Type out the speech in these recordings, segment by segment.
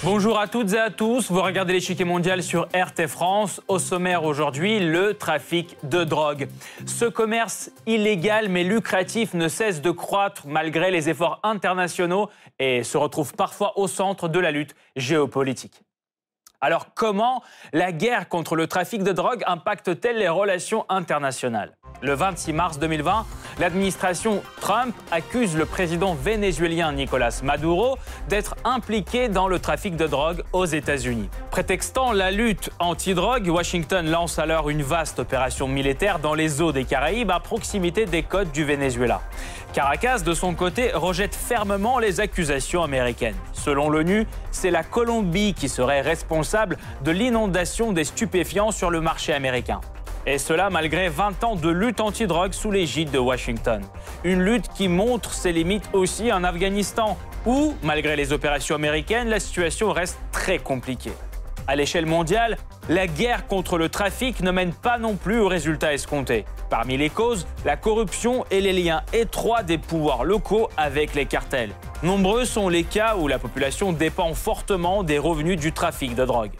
Bonjour à toutes et à tous, vous regardez l'échiquier mondial sur RT France. Au sommaire aujourd'hui, le trafic de drogue. Ce commerce illégal mais lucratif ne cesse de croître malgré les efforts internationaux et se retrouve parfois au centre de la lutte géopolitique. Alors comment la guerre contre le trafic de drogue impacte-t-elle les relations internationales ? Le 26 mars 2020, l'administration Trump accuse le président vénézuélien Nicolás Maduro d'être impliqué dans le trafic de drogue aux États-Unis. Prétextant la lutte anti-drogue, Washington lance alors une vaste opération militaire dans les eaux des Caraïbes à proximité des côtes du Venezuela. Caracas, de son côté, rejette fermement les accusations américaines. Selon l'ONU, c'est la Colombie qui serait responsable de l'inondation des stupéfiants sur le marché américain. Et cela malgré 20 ans de lutte anti-drogue sous l'égide de Washington. Une lutte qui montre ses limites aussi en Afghanistan, où, malgré les opérations américaines, la situation reste très compliquée. À l'échelle mondiale, la guerre contre le trafic ne mène pas non plus aux résultats escomptés. Parmi les causes, la corruption et les liens étroits des pouvoirs locaux avec les cartels. Nombreux sont les cas où la population dépend fortement des revenus du trafic de drogue.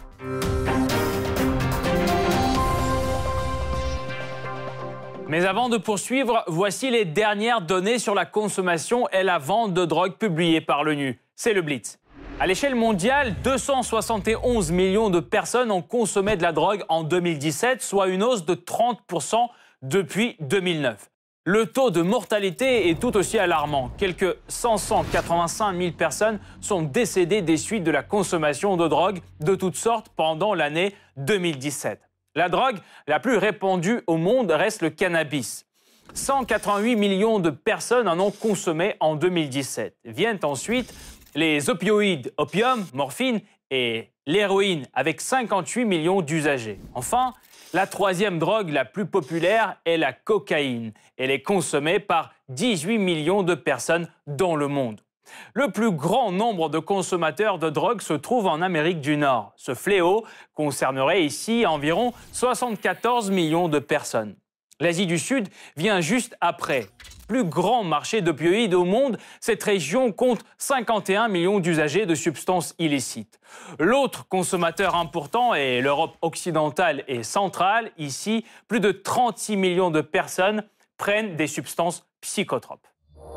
Mais avant de poursuivre, voici les dernières données sur la consommation et la vente de drogue publiées par l'ONU. C'est le Blitz. À l'échelle mondiale, 271 millions de personnes ont consommé de la drogue en 2017, soit une hausse de 30% depuis 2009. Le taux de mortalité est tout aussi alarmant. Quelques 585 000 personnes sont décédées des suites de la consommation de drogue de toutes sortes pendant l'année 2017. La drogue la plus répandue au monde reste le cannabis. 188 millions de personnes en ont consommé en 2017. Viennent ensuite les opioïdes, opium, morphine et l'héroïne avec 58 millions d'usagers. Enfin, la troisième drogue la plus populaire est la cocaïne. Elle est consommée par 18 millions de personnes dans le monde. Le plus grand nombre de consommateurs de drogue se trouve en Amérique du Nord. Ce fléau concernerait ici environ 74 millions de personnes. L'Asie du Sud vient juste après. Plus grand marché d'opioïdes au monde, cette région compte 51 millions d'usagers de substances illicites. L'autre consommateur important est l'Europe occidentale et centrale. Ici, plus de 36 millions de personnes prennent des substances psychotropes.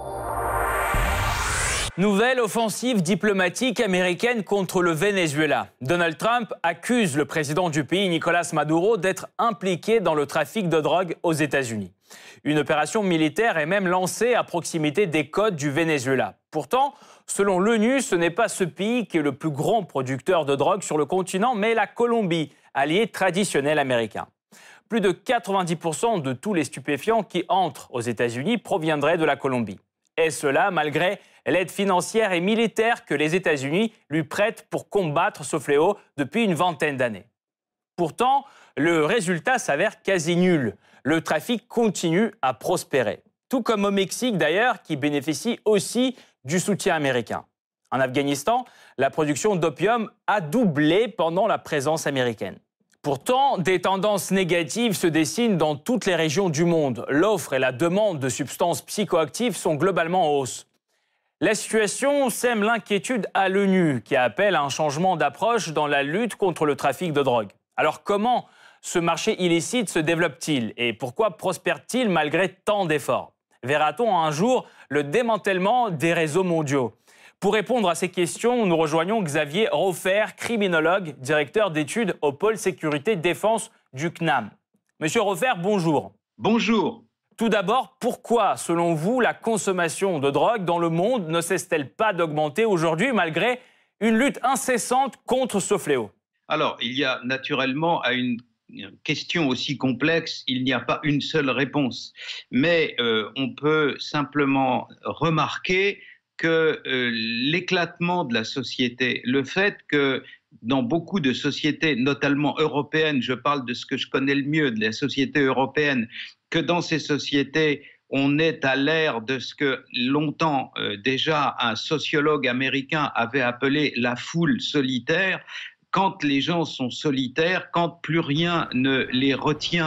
Nouvelle offensive diplomatique américaine contre le Venezuela. Donald Trump accuse le président du pays, Nicolás Maduro, d'être impliqué dans le trafic de drogue aux États-Unis. Une opération militaire est même lancée à proximité des côtes du Venezuela. Pourtant, selon l'ONU, ce n'est pas ce pays qui est le plus grand producteur de drogue sur le continent, mais la Colombie, allié traditionnel américain. Plus de 90% de tous les stupéfiants qui entrent aux États-Unis proviendraient de la Colombie. Et cela malgré l'aide financière et militaire que les États-Unis lui prêtent pour combattre ce fléau depuis une vingtaine d'années. Pourtant, le résultat s'avère quasi nul. Le trafic continue à prospérer. Tout comme au Mexique d'ailleurs, qui bénéficie aussi du soutien américain. En Afghanistan, la production d'opium a doublé pendant la présence américaine. Pourtant, des tendances négatives se dessinent dans toutes les régions du monde. L'offre et la demande de substances psychoactives sont globalement en hausse. La situation sème l'inquiétude à l'ONU, qui appelle à un changement d'approche dans la lutte contre le trafic de drogue. Alors comment ce marché illicite se développe-t-il et pourquoi prospère-t-il malgré tant d'efforts ? Verra-t-on un jour le démantèlement des réseaux mondiaux ? Pour répondre à ces questions, nous rejoignons Xavier Roffer, criminologue, directeur d'études au pôle sécurité défense du CNAM. Monsieur Roffer, bonjour. Bonjour. Tout d'abord, pourquoi, selon vous, la consommation de drogue dans le monde ne cesse-t-elle pas d'augmenter aujourd'hui malgré une lutte incessante contre ce fléau ? Alors, il y a naturellement à une question aussi complexe, il n'y a pas une seule réponse. Mais on peut simplement remarquer que l'éclatement de la société, le fait que dans beaucoup de sociétés, notamment européennes, je parle de ce que je connais le mieux, de la société européenne, que dans ces sociétés, on est à l'ère de ce que longtemps déjà un sociologue américain avait appelé la foule solitaire. Quand les gens sont solitaires, quand plus rien ne les retient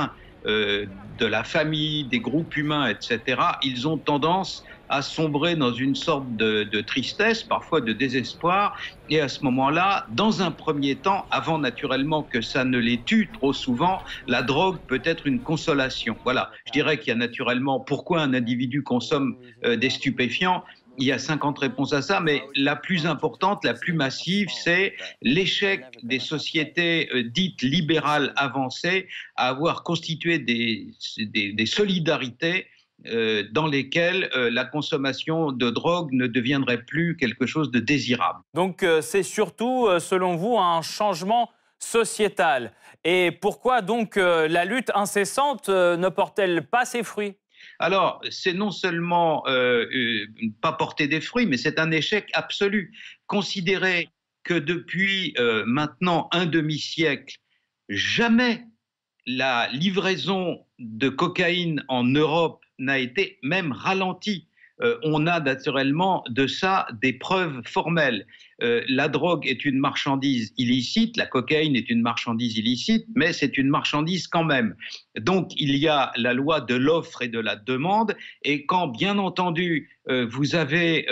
de la famille, des groupes humains, etc., ils ont tendance à sombrer dans une sorte de tristesse, parfois de désespoir. Et à ce moment-là, dans un premier temps, avant naturellement que ça ne les tue trop souvent, la drogue peut être une consolation. Voilà, je dirais qu'il y a naturellement pourquoi un individu consomme des stupéfiants. Il y a 50 réponses à ça, mais la plus importante, la plus massive, c'est l'échec des sociétés dites libérales avancées à avoir constitué des solidarités dans lesquelles la consommation de drogue ne deviendrait plus quelque chose de désirable. Donc c'est surtout, selon vous, un changement sociétal. Et pourquoi donc la lutte incessante ne porte-t-elle pas ses fruits ? Alors, c'est non seulement pas porter des fruits, mais c'est un échec absolu. Considérez que depuis maintenant un demi-siècle, jamais la livraison de cocaïne en Europe n'a été même ralentie. On a naturellement de ça des preuves formelles. La drogue est une marchandise illicite, la cocaïne est une marchandise illicite, mais c'est une marchandise quand même. Donc il y a la loi de l'offre et de la demande, et quand bien entendu vous avez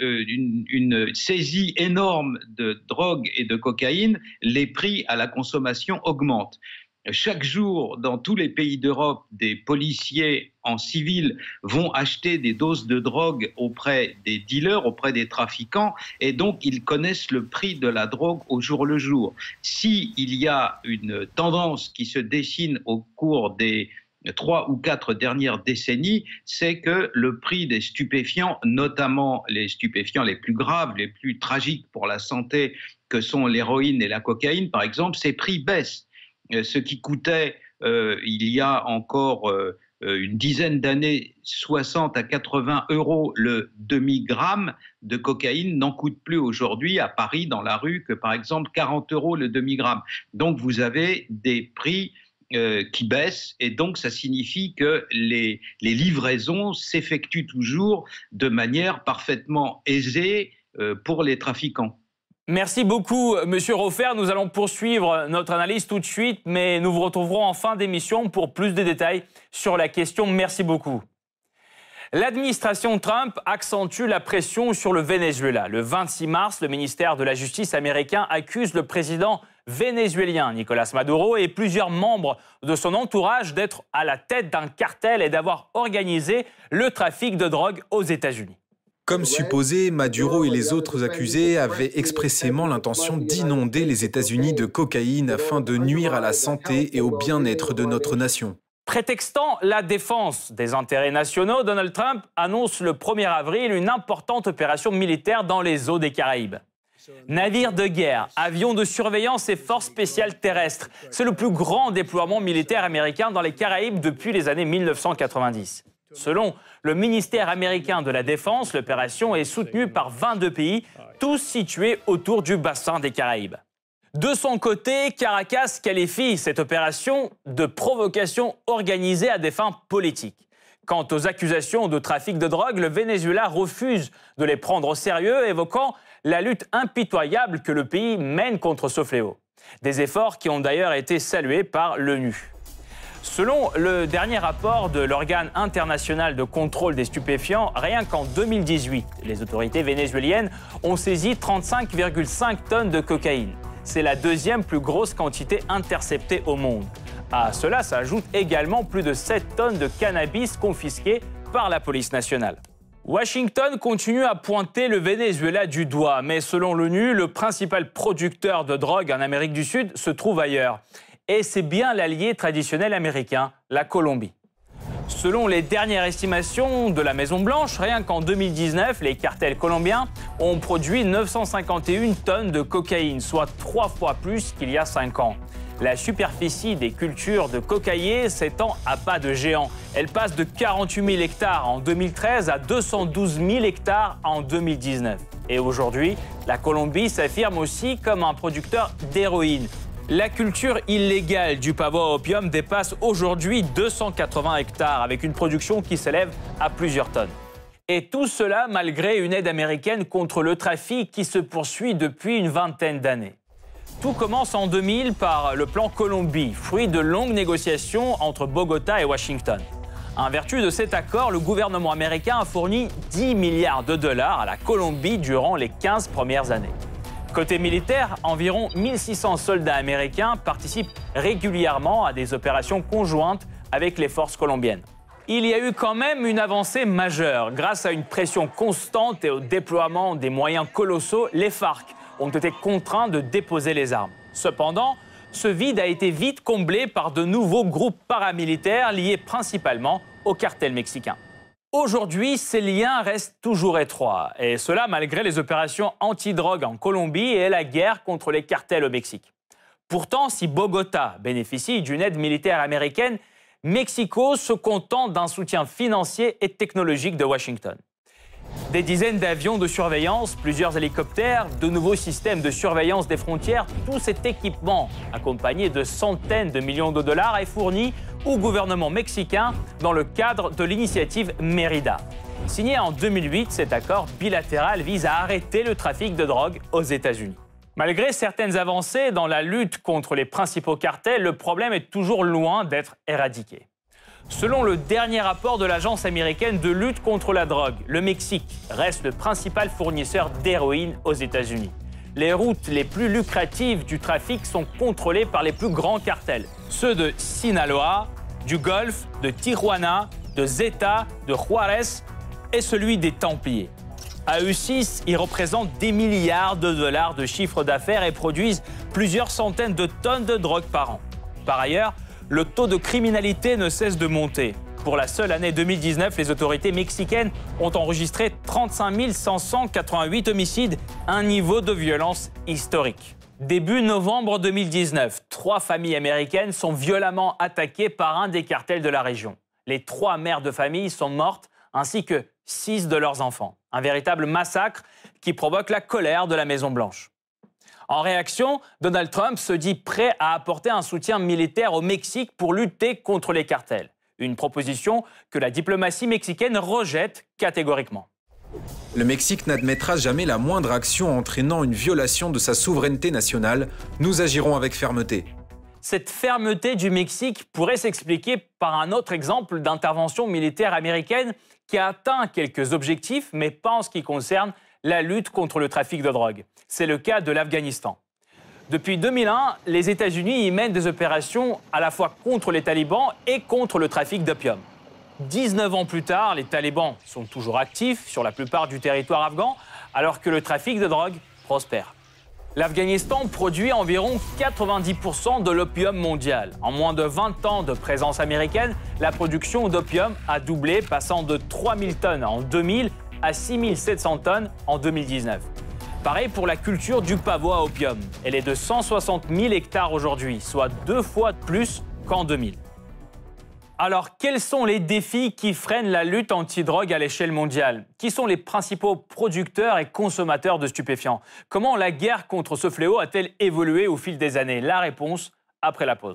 une saisie énorme de drogue et de cocaïne, les prix à la consommation augmentent. Chaque jour, dans tous les pays d'Europe, des policiers en civil vont acheter des doses de drogue auprès des dealers, auprès des trafiquants, et donc ils connaissent le prix de la drogue au jour le jour. S'il y a une tendance qui se dessine au cours des 3 ou 4 dernières décennies, c'est que le prix des stupéfiants, notamment les stupéfiants les plus graves, les plus tragiques pour la santé, que sont l'héroïne et la cocaïne, par exemple, ces prix baissent. Ce qui coûtait il y a encore une dizaine d'années 60 à 80 € le demi-gramme de cocaïne n'en coûte plus aujourd'hui à Paris dans la rue que par exemple 40 € le demi-gramme. Donc vous avez des prix qui baissent et donc ça signifie que les livraisons s'effectuent toujours de manière parfaitement aisée pour les trafiquants. Merci beaucoup, Monsieur Roffer. Nous allons poursuivre notre analyse tout de suite, mais nous vous retrouverons en fin d'émission pour plus de détails sur la question. Merci beaucoup. L'administration Trump accentue la pression sur le Venezuela. Le 26 mars, le ministère de la Justice américain accuse le président vénézuélien Nicolás Maduro et plusieurs membres de son entourage d'être à la tête d'un cartel et d'avoir organisé le trafic de drogue aux États-Unis. Comme supposé, Maduro et les autres accusés avaient expressément l'intention d'inonder les États-Unis de cocaïne afin de nuire à la santé et au bien-être de notre nation. Prétextant la défense des intérêts nationaux, Donald Trump annonce le 1er avril une importante opération militaire dans les eaux des Caraïbes. Navires de guerre, avions de surveillance et forces spéciales terrestres. C'est le plus grand déploiement militaire américain dans les Caraïbes depuis les années 1990. Selon le ministère américain de la Défense, l'opération est soutenue par 22 pays, tous situés autour du bassin des Caraïbes. De son côté, Caracas qualifie cette opération de provocation organisée à des fins politiques. Quant aux accusations de trafic de drogue, le Venezuela refuse de les prendre au sérieux, évoquant la lutte impitoyable que le pays mène contre ce fléau. Des efforts qui ont d'ailleurs été salués par l'ONU. Selon le dernier rapport de l'organe international de contrôle des stupéfiants, rien qu'en 2018, les autorités vénézuéliennes ont saisi 35,5 tonnes de cocaïne. C'est la deuxième plus grosse quantité interceptée au monde. À cela s'ajoutent également plus de 7 tonnes de cannabis confisquées par la police nationale. Washington continue à pointer le Venezuela du doigt, mais selon l'ONU, le principal producteur de drogue en Amérique du Sud se trouve ailleurs. Et c'est bien l'allié traditionnel américain, la Colombie. Selon les dernières estimations de la Maison-Blanche, rien qu'en 2019, les cartels colombiens ont produit 951 tonnes de cocaïne, soit 3 fois plus qu'il y a 5 ans. La superficie des cultures de cocaïers s'étend à pas de géant. Elle passe de 48 000 hectares en 2013 à 212 000 hectares en 2019. Et aujourd'hui, la Colombie s'affirme aussi comme un producteur d'héroïne. La culture illégale du pavot à opium dépasse aujourd'hui 280 hectares avec une production qui s'élève à plusieurs tonnes. Et tout cela malgré une aide américaine contre le trafic qui se poursuit depuis une vingtaine d'années. Tout commence en 2000 par le plan Colombie, fruit de longues négociations entre Bogota et Washington. En vertu de cet accord, le gouvernement américain a fourni 10 milliards de dollars à la Colombie durant les 15 premières années. Côté militaire, environ 1600 soldats américains participent régulièrement à des opérations conjointes avec les forces colombiennes. Il y a eu quand même une avancée majeure. Grâce à une pression constante et au déploiement des moyens colossaux, les FARC ont été contraints de déposer les armes. Cependant, ce vide a été vite comblé par de nouveaux groupes paramilitaires liés principalement au cartel mexicain. Aujourd'hui, ces liens restent toujours étroits, et cela malgré les opérations anti-drogue en Colombie et la guerre contre les cartels au Mexique. Pourtant, si Bogota bénéficie d'une aide militaire américaine, Mexico se contente d'un soutien financier et technologique de Washington. Des dizaines d'avions de surveillance, plusieurs hélicoptères, de nouveaux systèmes de surveillance des frontières, tout cet équipement, accompagné de centaines de millions de dollars, est fourni au gouvernement mexicain dans le cadre de l'initiative Mérida. Signé en 2008, cet accord bilatéral vise à arrêter le trafic de drogue aux États-Unis. Malgré certaines avancées dans la lutte contre les principaux cartels, le problème est toujours loin d'être éradiqué. Selon le dernier rapport de l'Agence américaine de lutte contre la drogue, le Mexique reste le principal fournisseur d'héroïne aux États-Unis. Les routes les plus lucratives du trafic sont contrôlées par les plus grands cartels, ceux de Sinaloa, du Golfe, de Tijuana, de Zeta, de Juárez et celui des Templiers. À eux 6, ils représentent des milliards de dollars de chiffre d'affaires et produisent plusieurs centaines de tonnes de drogue par an. Par ailleurs, le taux de criminalité ne cesse de monter. Pour la seule année 2019, les autorités mexicaines ont enregistré 35 588 homicides, un niveau de violence historique. Début novembre 2019, 3 familles américaines sont violemment attaquées par un des cartels de la région. Les 3 mères de famille sont mortes, ainsi que 6 de leurs enfants. Un véritable massacre qui provoque la colère de la Maison-Blanche. En réaction, Donald Trump se dit prêt à apporter un soutien militaire au Mexique pour lutter contre les cartels. Une proposition que la diplomatie mexicaine rejette catégoriquement. Le Mexique n'admettra jamais la moindre action entraînant une violation de sa souveraineté nationale. Nous agirons avec fermeté. Cette fermeté du Mexique pourrait s'expliquer par un autre exemple d'intervention militaire américaine qui a atteint quelques objectifs, mais pas en ce qui concerne la lutte contre le trafic de drogue. C'est le cas de l'Afghanistan. Depuis 2001, les États-Unis y mènent des opérations à la fois contre les talibans et contre le trafic d'opium. 19 ans plus tard, les talibans sont toujours actifs sur la plupart du territoire afghan, alors que le trafic de drogue prospère. L'Afghanistan produit environ 90% de l'opium mondial. En moins de 20 ans de présence américaine, la production d'opium a doublé, passant de 3000 tonnes en 2000 à 6700 tonnes en 2019. Pareil pour la culture du pavot à opium. Elle est de 160 000 hectares aujourd'hui, soit 2 fois plus qu'en 2000. Alors, quels sont les défis qui freinent la lutte anti-drogue à l'échelle mondiale? Qui sont les principaux producteurs et consommateurs de stupéfiants? Comment la guerre contre ce fléau a-t-elle évolué au fil des années? La réponse après la pause.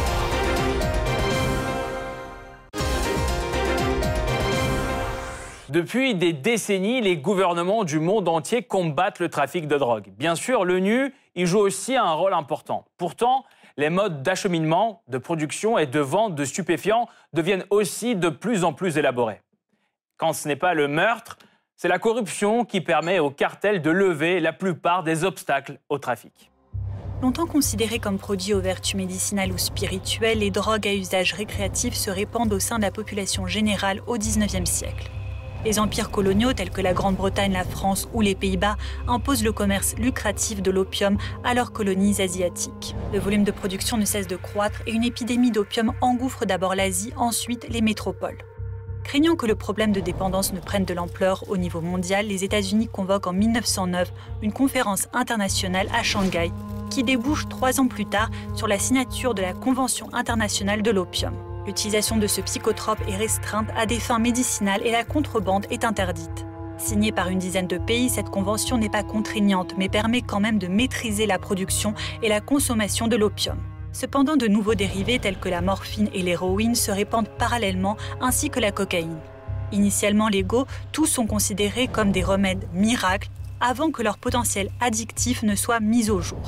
Depuis des décennies, les gouvernements du monde entier combattent le trafic de drogue. Bien sûr, l'ONU y joue aussi un rôle important. Pourtant, les modes d'acheminement, de production et de vente de stupéfiants deviennent aussi de plus en plus élaborés. Quand ce n'est pas le meurtre, c'est la corruption qui permet aux cartels de lever la plupart des obstacles au trafic. Longtemps considérées comme produits aux vertus médicinales ou spirituelles, les drogues à usage récréatif se répandent au sein de la population générale au XIXe siècle. Les empires coloniaux tels que la Grande-Bretagne, la France ou les Pays-Bas imposent le commerce lucratif de l'opium à leurs colonies asiatiques. Le volume de production ne cesse de croître et une épidémie d'opium engouffre d'abord l'Asie, ensuite les métropoles. Craignant que le problème de dépendance ne prenne de l'ampleur au niveau mondial, les États-Unis convoquent en 1909 une conférence internationale à Shanghai qui débouche 3 ans plus tard sur la signature de la Convention internationale de l'opium. L'utilisation de ce psychotrope est restreinte à des fins médicinales et la contrebande est interdite. Signée par une dizaine de pays, cette convention n'est pas contraignante, mais permet quand même de maîtriser la production et la consommation de l'opium. Cependant, de nouveaux dérivés tels que la morphine et l'héroïne se répandent parallèlement, ainsi que la cocaïne. Initialement légaux, tous sont considérés comme des remèdes miracles avant que leur potentiel addictif ne soit mis au jour.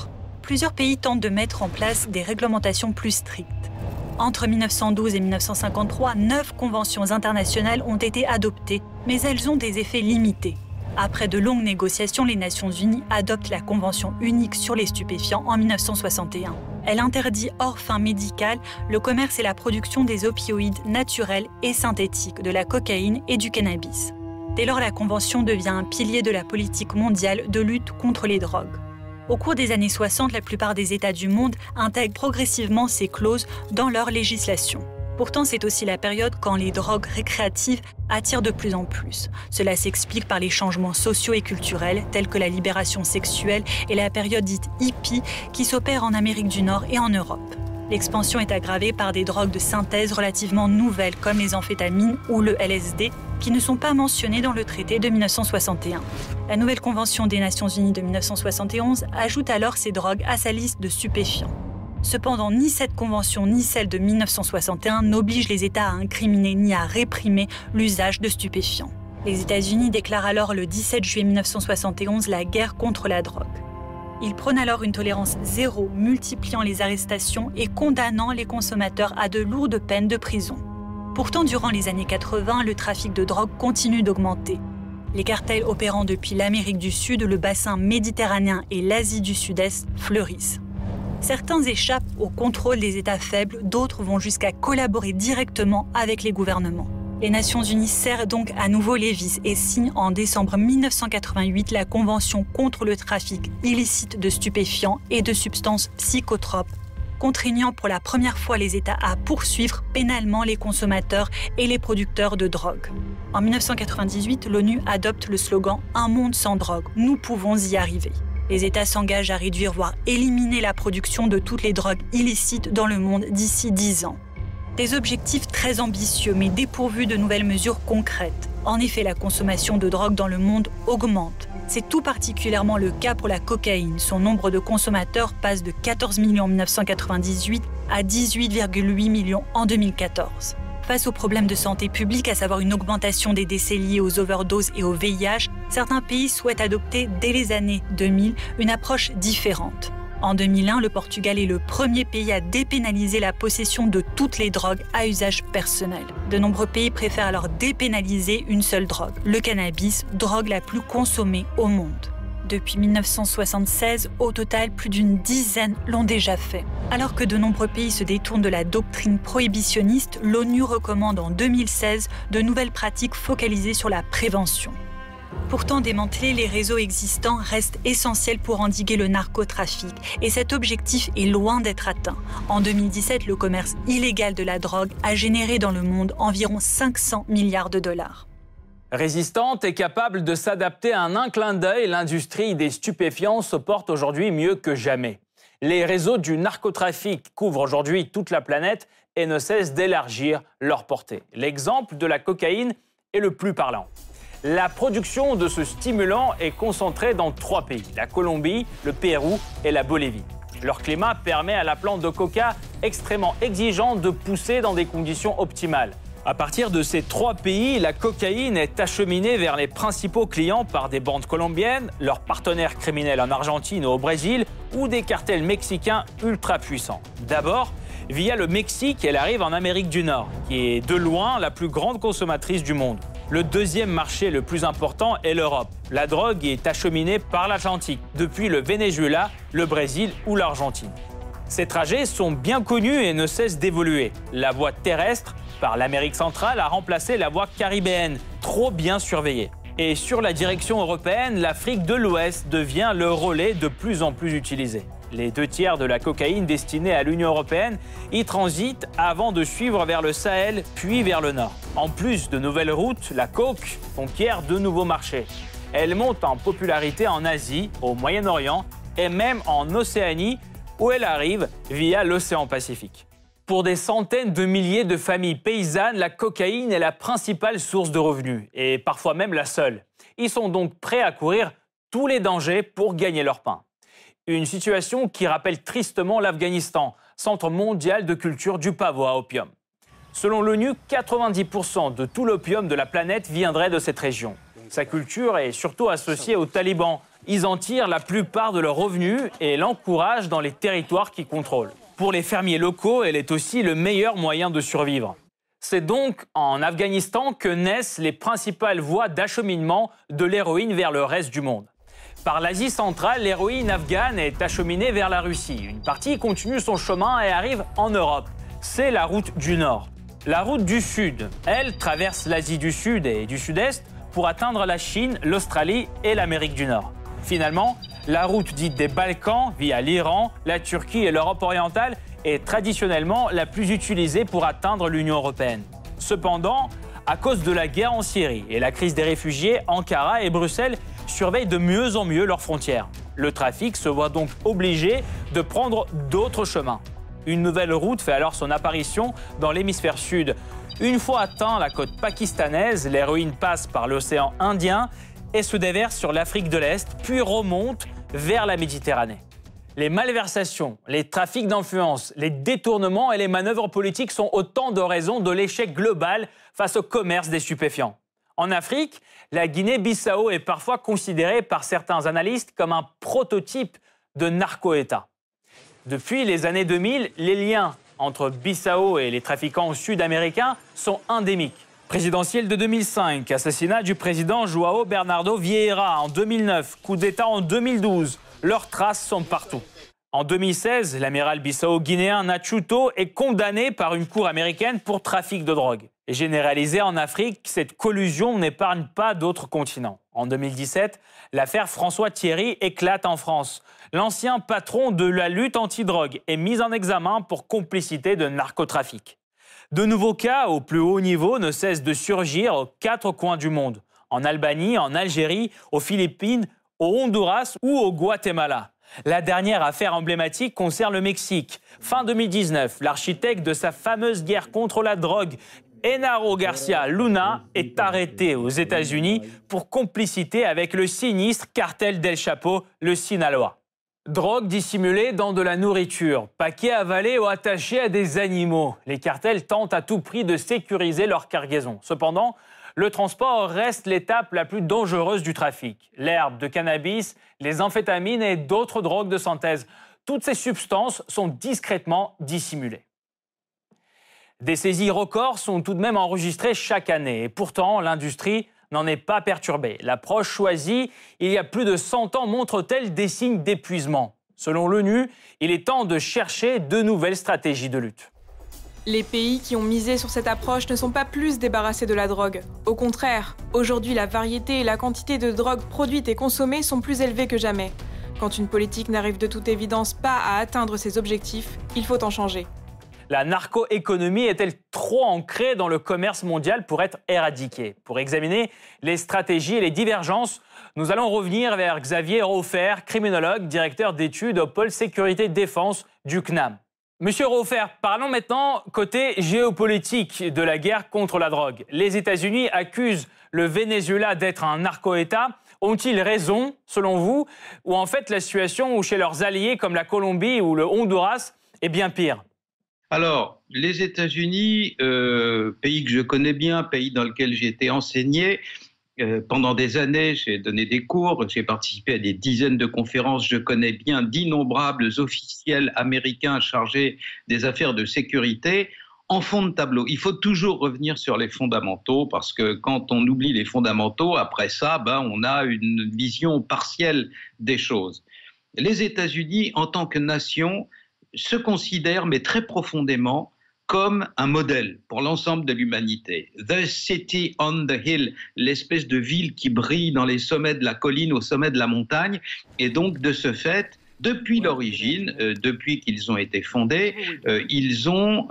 plusieurs pays tentent de mettre en place des réglementations plus strictes. Entre 1912 et 1953, 9 conventions internationales ont été adoptées, mais elles ont des effets limités. Après de longues négociations, les Nations Unies adoptent la Convention unique sur les stupéfiants en 1961. Elle interdit hors fin médicale le commerce et la production des opioïdes naturels et synthétiques, de la cocaïne et du cannabis. Dès lors, la Convention devient un pilier de la politique mondiale de lutte contre les drogues. Au cours des années 60, la plupart des États du monde intègrent progressivement ces clauses dans leur législation. Pourtant, c'est aussi la période quand les drogues récréatives attirent de plus en plus. Cela s'explique par les changements sociaux et culturels, tels que la libération sexuelle et la période dite hippie qui s'opère en Amérique du Nord et en Europe. L'expansion est aggravée par des drogues de synthèse relativement nouvelles comme les amphétamines ou le LSD, qui ne sont pas mentionnées dans le traité de 1961. La nouvelle Convention des Nations Unies de 1971 ajoute alors ces drogues à sa liste de stupéfiants. Cependant, ni cette convention ni celle de 1961 n'obligent les États à incriminer ni à réprimer l'usage de stupéfiants. Les États-Unis déclarent alors le 17 juillet 1971 la guerre contre la drogue. Ils prônent alors une tolérance zéro, multipliant les arrestations et condamnant les consommateurs à de lourdes peines de prison. Pourtant, durant les années 80, le trafic de drogue continue d'augmenter. Les cartels opérant depuis l'Amérique du Sud, le bassin méditerranéen et l'Asie du Sud-Est fleurissent. Certains échappent au contrôle des États faibles, d'autres vont jusqu'à collaborer directement avec les gouvernements. Les Nations Unies serrent donc à nouveau les vis et signent en décembre 1988 la Convention contre le trafic illicite de stupéfiants et de substances psychotropes, contraignant pour la première fois les États à poursuivre pénalement les consommateurs et les producteurs de drogue. En 1998, l'ONU adopte le slogan « Un monde sans drogue, nous pouvons y arriver ». Les États s'engagent à réduire, voire éliminer la production de toutes les drogues illicites dans le monde d'ici 10 ans. Des objectifs très ambitieux, mais dépourvus de nouvelles mesures concrètes. En effet, la consommation de drogue dans le monde augmente. C'est tout particulièrement le cas pour la cocaïne. Son nombre de consommateurs passe de 14 millions en 1998 à 18,8 millions en 2014. Face aux problèmes de santé publique, à savoir une augmentation des décès liés aux overdoses et au VIH, certains pays souhaitent adopter dès les années 2000 une approche différente. En 2001, le Portugal est le premier pays à dépénaliser la possession de toutes les drogues à usage personnel. De nombreux pays préfèrent alors dépénaliser une seule drogue, le cannabis, drogue la plus consommée au monde. Depuis 1976, au total, plus d'une dizaine l'ont déjà fait. Alors que de nombreux pays se détournent de la doctrine prohibitionniste, l'ONU recommande en 2016 de nouvelles pratiques focalisées sur la prévention. Pourtant, démanteler les réseaux existants reste essentiel pour endiguer le narcotrafic, et cet objectif est loin d'être atteint. En 2017, le commerce illégal de la drogue a généré dans le monde environ 500 milliards de dollars. Résistante et capable de s'adapter à un clin d'œil, l'industrie des stupéfiants se porte aujourd'hui mieux que jamais. Les réseaux du narcotrafic couvrent aujourd'hui toute la planète et ne cessent d'élargir leur portée. L'exemple de la cocaïne est le plus parlant. La production de ce stimulant est concentrée dans 3 pays, la Colombie, le Pérou et la Bolivie. Leur climat permet à la plante de coca extrêmement exigeante de pousser dans des conditions optimales. À partir de ces 3 pays, la cocaïne est acheminée vers les principaux clients par des bandes colombiennes, leurs partenaires criminels en Argentine ou au Brésil ou des cartels mexicains ultra puissants. D'abord, via le Mexique, elle arrive en Amérique du Nord, qui est de loin la plus grande consommatrice du monde. Le deuxième marché le plus important est l'Europe. La drogue est acheminée par l'Atlantique, depuis le Venezuela, le Brésil ou l'Argentine. Ces trajets sont bien connus et ne cessent d'évoluer. La voie terrestre, par l'Amérique centrale, a remplacé la voie caribéenne, trop bien surveillée. Et sur la direction européenne, l'Afrique de l'Ouest devient le relais de plus en plus utilisé. Les 2/3 de la cocaïne destinée à l'Union européenne y transitent avant de suivre vers le Sahel, puis vers le nord. En plus de nouvelles routes, la coke conquiert de nouveaux marchés. Elle monte en popularité en Asie, au Moyen-Orient et même en Océanie, où elle arrive via l'océan Pacifique. Pour des centaines de milliers de familles paysannes, la cocaïne est la principale source de revenus, et parfois même la seule. Ils sont donc prêts à courir tous les dangers pour gagner leur pain. Une situation qui rappelle tristement l'Afghanistan, centre mondial de culture du pavot à opium. Selon l'ONU, 90% de tout l'opium de la planète viendrait de cette région. Sa culture est surtout associée aux talibans, Ils en tirent la plupart de leurs revenus et l'encouragent dans les territoires qu'ils contrôlent. Pour les fermiers locaux, elle est aussi le meilleur moyen de survivre. C'est donc en Afghanistan que naissent les principales voies d'acheminement de l'héroïne vers le reste du monde. Par l'Asie centrale, l'héroïne afghane est acheminée vers la Russie. Une partie continue son chemin et arrive en Europe. C'est la route du Nord. La route du Sud, elle, traverse l'Asie du Sud et du Sud-Est pour atteindre la Chine, l'Australie et l'Amérique du Nord. Finalement, la route dite des Balkans, via l'Iran, la Turquie et l'Europe orientale, est traditionnellement la plus utilisée pour atteindre l'Union européenne. Cependant, à cause de la guerre en Syrie et la crise des réfugiés, Ankara et Bruxelles surveillent de mieux en mieux leurs frontières. Le trafic se voit donc obligé de prendre d'autres chemins. Une nouvelle route fait alors son apparition dans l'hémisphère sud. Une fois atteint la côte pakistanaise, l'héroïne passe par l'océan Indien et se déverse sur l'Afrique de l'Est, puis remonte vers la Méditerranée. Les malversations, les trafics d'influence, les détournements et les manœuvres politiques sont autant de raisons de l'échec global face au commerce des stupéfiants. En Afrique, la Guinée-Bissau est parfois considérée par certains analystes comme un prototype de narco-État. Depuis les années 2000, les liens entre Bissau et les trafiquants sud-américains sont endémiques. Présidentielle de 2005, assassinat du président João Bernardo Vieira en 2009, coup d'État en 2012. Leurs traces sont partout. En 2016, l'amiral bissau-guinéen Nachuto est condamné par une cour américaine pour trafic de drogue. Généralisée en Afrique, cette collusion n'épargne pas d'autres continents. En 2017, l'affaire François Thierry éclate en France. L'ancien patron de la lutte anti-drogue est mis en examen pour complicité de narcotrafic. De nouveaux cas au plus haut niveau ne cessent de surgir aux 4 coins du monde. En Albanie, en Algérie, aux Philippines, au Honduras ou au Guatemala. La dernière affaire emblématique concerne le Mexique. Fin 2019, l'architecte de sa fameuse guerre contre la drogue, Genaro Garcia Luna, est arrêté aux États-Unis pour complicité avec le sinistre cartel d'El Chapo, le Sinaloa. Drogue dissimulée dans de la nourriture, paquets avalés ou attachés à des animaux. Les cartels tentent à tout prix de sécuriser leur cargaison. Cependant, le transport reste l'étape la plus dangereuse du trafic. L'herbe de cannabis, les amphétamines et d'autres drogues de synthèse. Toutes ces substances sont discrètement dissimulées. Des saisies records sont tout de même enregistrées chaque année. Et pourtant, l'industrie n'en est pas perturbée. L'approche choisie il y a plus de 100 ans montre-t-elle des signes d'épuisement? Selon l'ONU, il est temps de chercher de nouvelles stratégies de lutte. Les pays qui ont misé sur cette approche ne sont pas plus débarrassés de la drogue. Au contraire, aujourd'hui, la variété et la quantité de drogue produite et consommée sont plus élevées que jamais. Quand une politique n'arrive de toute évidence pas à atteindre ses objectifs, il faut en changer. La narco-économie est-elle trop ancrée dans le commerce mondial pour être éradiquée? Pour examiner les stratégies et les divergences, nous allons revenir vers Xavier Raufer, criminologue, directeur d'études au pôle sécurité-défense du CNAM. Monsieur Raufer, parlons maintenant côté géopolitique de la guerre contre la drogue. Les États-Unis accusent le Venezuela d'être un narco-État. Ont-ils raison, selon vous? Ou en fait, la situation où chez leurs alliés comme la Colombie ou le Honduras est bien pire? Alors, les États-Unis, pays que je connais bien, pays dans lequel j'ai été enseigné, pendant des années, j'ai donné des cours, j'ai participé à des dizaines de conférences, je connais bien d'innombrables officiels américains chargés des affaires de sécurité. En fond de tableau, il faut toujours revenir sur les fondamentaux parce que quand on oublie les fondamentaux, après ça, on a une vision partielle des choses. Les États-Unis, en tant que nation, se considèrent, mais très profondément, comme un modèle pour l'ensemble de l'humanité. The city on the hill, l'espèce de ville qui brille dans les sommets de la colline, au sommet de la montagne. Et donc, de ce fait, depuis l'origine, depuis qu'ils ont été fondés, ils ont,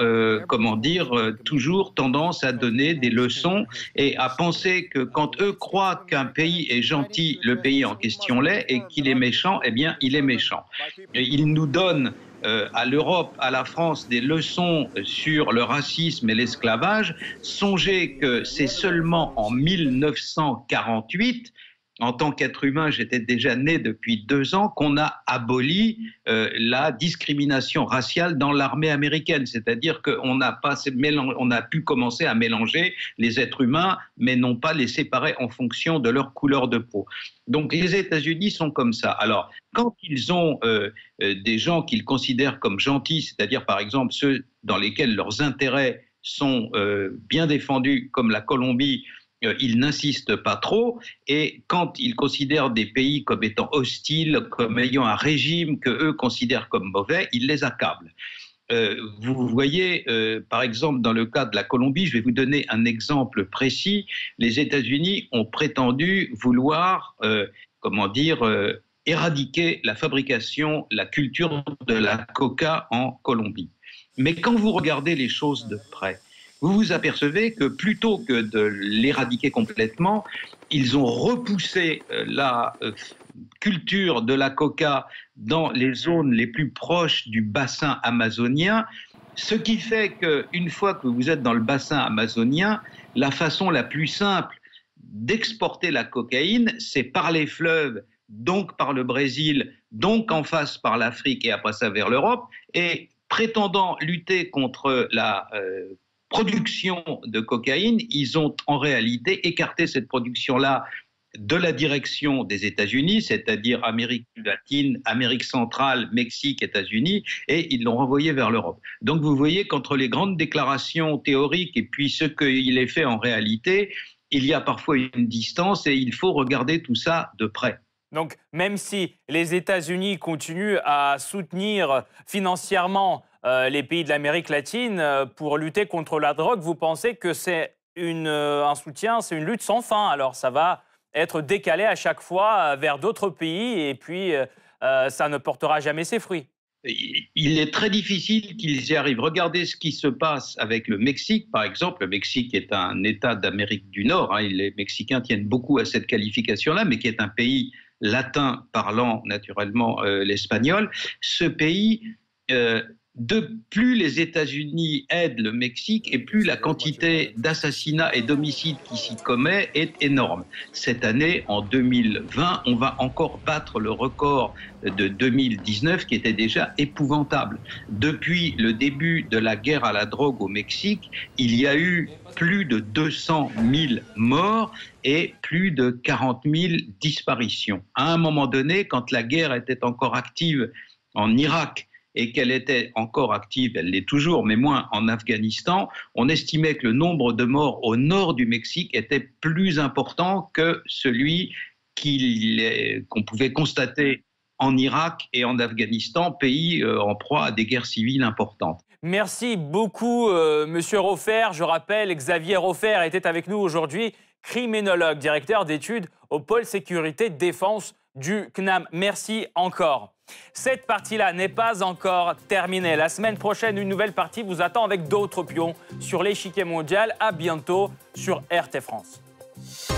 toujours tendance à donner des leçons et à penser que quand eux croient qu'un pays est gentil, le pays en question l'est, et qu'il est méchant, eh bien, il est méchant. Et ils nous donnent à l'Europe, à la France, des leçons sur le racisme et l'esclavage. Songez que c'est seulement en 1948 en tant qu'être humain, j'étais déjà né depuis 2 ans, qu'on a aboli la discrimination raciale dans l'armée américaine. C'est-à-dire qu'on a pu commencer à mélanger les êtres humains, mais non pas les séparer en fonction de leur couleur de peau. Donc les États-Unis sont comme ça. Alors, quand ils ont des gens qu'ils considèrent comme gentils, c'est-à-dire par exemple ceux dans lesquels leurs intérêts sont bien défendus, comme la Colombie, ils n'insistent pas trop, et quand ils considèrent des pays comme étant hostiles, comme ayant un régime qu'eux considèrent comme mauvais, ils les accablent. Vous voyez, par exemple, dans le cas de la Colombie, je vais vous donner un exemple précis. Les États-Unis ont prétendu vouloir, éradiquer la fabrication, la culture de la coca en Colombie. Mais quand vous regardez les choses de près, vous vous apercevez que plutôt que de l'éradiquer complètement, ils ont repoussé la culture de la coca dans les zones les plus proches du bassin amazonien, ce qui fait qu'une fois que vous êtes dans le bassin amazonien, la façon la plus simple d'exporter la cocaïne, c'est par les fleuves, donc par le Brésil, donc en face par l'Afrique et après ça vers l'Europe, et prétendant lutter contre la production de cocaïne, ils ont en réalité écarté cette production-là de la direction des États-Unis, c'est-à-dire Amérique latine, Amérique centrale, Mexique, États-Unis, et ils l'ont renvoyé vers l'Europe. Donc vous voyez qu'entre les grandes déclarations théoriques et puis ce qu'il est fait en réalité, il y a parfois une distance et il faut regarder tout ça de près. Donc, même si les États-Unis continuent à soutenir financièrement les pays de l'Amérique latine pour lutter contre la drogue, vous pensez que c'est un soutien, c'est une lutte sans fin. Alors, ça va être décalé à chaque fois vers d'autres pays et puis ça ne portera jamais ses fruits. Il est très difficile qu'ils y arrivent. Regardez ce qui se passe avec le Mexique, par exemple. Le Mexique est un État d'Amérique du Nord. Les Mexicains tiennent beaucoup à cette qualification-là, mais qui est un pays latin parlant naturellement l'espagnol. Ce pays, plus les États-Unis aident le Mexique et plus la quantité d'assassinats et d'homicides qui s'y commet est énorme. Cette année, en 2020, on va encore battre le record de 2019 qui était déjà épouvantable. Depuis le début de la guerre à la drogue au Mexique, il y a eu plus de 200 000 morts et plus de 40 000 disparitions. À un moment donné, quand la guerre était encore active en Irak, et qu'elle était encore active, elle l'est toujours, mais moins en Afghanistan, on estimait que le nombre de morts au nord du Mexique était plus important que celui qu'on pouvait constater en Irak et en Afghanistan, pays en proie à des guerres civiles importantes. Merci beaucoup, Monsieur Roffer. Je rappelle, Xavier Roffer était avec nous aujourd'hui, criminologue, directeur d'études au pôle sécurité défense du CNAM. Merci encore. Cette partie-là n'est pas encore terminée. La semaine prochaine, une nouvelle partie vous attend avec d'autres pions sur l'échiquier mondial. À bientôt sur RT France.